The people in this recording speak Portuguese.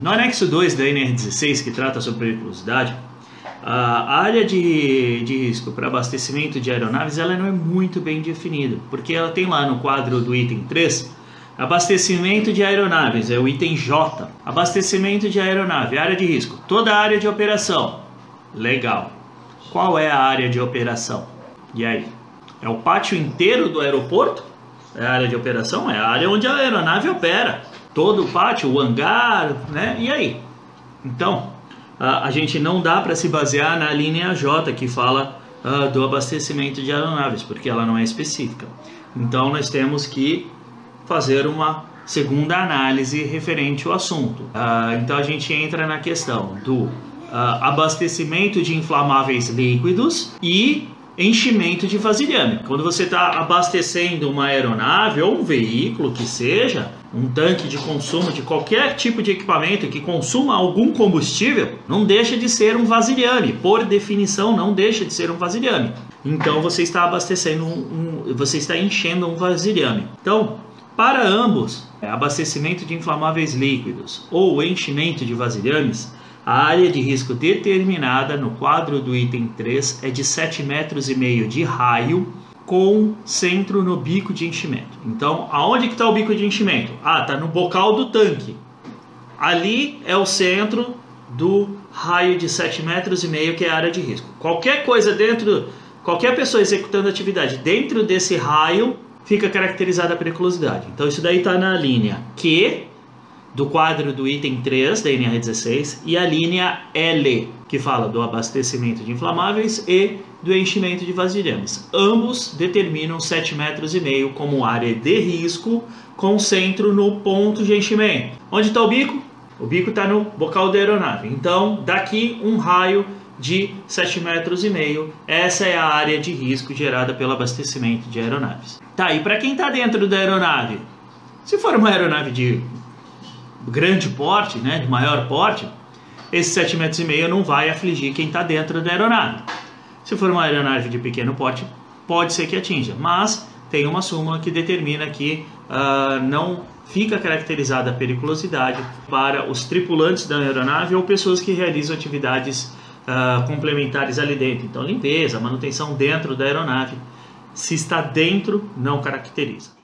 No anexo 2 da NR16, que trata sobre periculosidade, a área de risco para abastecimento de aeronaves ela não é muito bem definida, porque ela tem lá no quadro do item 3, abastecimento de aeronaves, é o item J. Abastecimento de aeronave, área de risco, toda a área de operação. Legal. Qual é a área de operação? E aí? É o pátio inteiro do aeroporto? É a área de operação? É a área onde a aeronave opera. Todo o pátio, o hangar, né? E aí? Então, a gente não dá para se basear na linha J que fala do abastecimento de aeronaves, porque ela não é específica. Então, nós temos que fazer uma segunda análise referente ao assunto. Então, a gente entra na questão do abastecimento de inflamáveis líquidos e enchimento de vasilhame. Quando você está abastecendo uma aeronave ou um veículo que seja, um tanque de consumo de qualquer tipo de equipamento que consuma algum combustível, não deixa de ser um vasilhame. Por definição, não deixa de ser um vasilhame. Então você está abastecendo você está enchendo um vasilhame. Então, para ambos, abastecimento de inflamáveis líquidos ou enchimento de vasilhames, a área de risco determinada no quadro do item 3 é de 7,5 metros de raio com centro no bico de enchimento. Então, aonde que está o bico de enchimento? Está no bocal do tanque. Ali é o centro do raio de 7,5 metros que é a área de risco. Qualquer coisa qualquer pessoa executando atividade dentro desse raio fica caracterizada a periculosidade. Então, isso daí está na linha Q do quadro do item 3 da NR16 e a linha L, que fala do abastecimento de inflamáveis e do enchimento de vasilhames. Ambos determinam 7,5 metros como área de risco com centro no ponto de enchimento. Onde está o bico? O bico está no bocal da aeronave. Então, daqui um raio de 7,5 metros. Essa é a área de risco gerada pelo abastecimento de aeronaves. Tá, e para quem está dentro da aeronave? Se for uma aeronave de grande porte, né, de maior porte, esse 7,5 metros não vai afligir quem está dentro da aeronave. Se for uma aeronave de pequeno porte, pode ser que atinja, mas tem uma súmula que determina que não fica caracterizada a periculosidade para os tripulantes da aeronave ou pessoas que realizam atividades complementares ali dentro. Então, limpeza, manutenção dentro da aeronave, se está dentro, não caracteriza.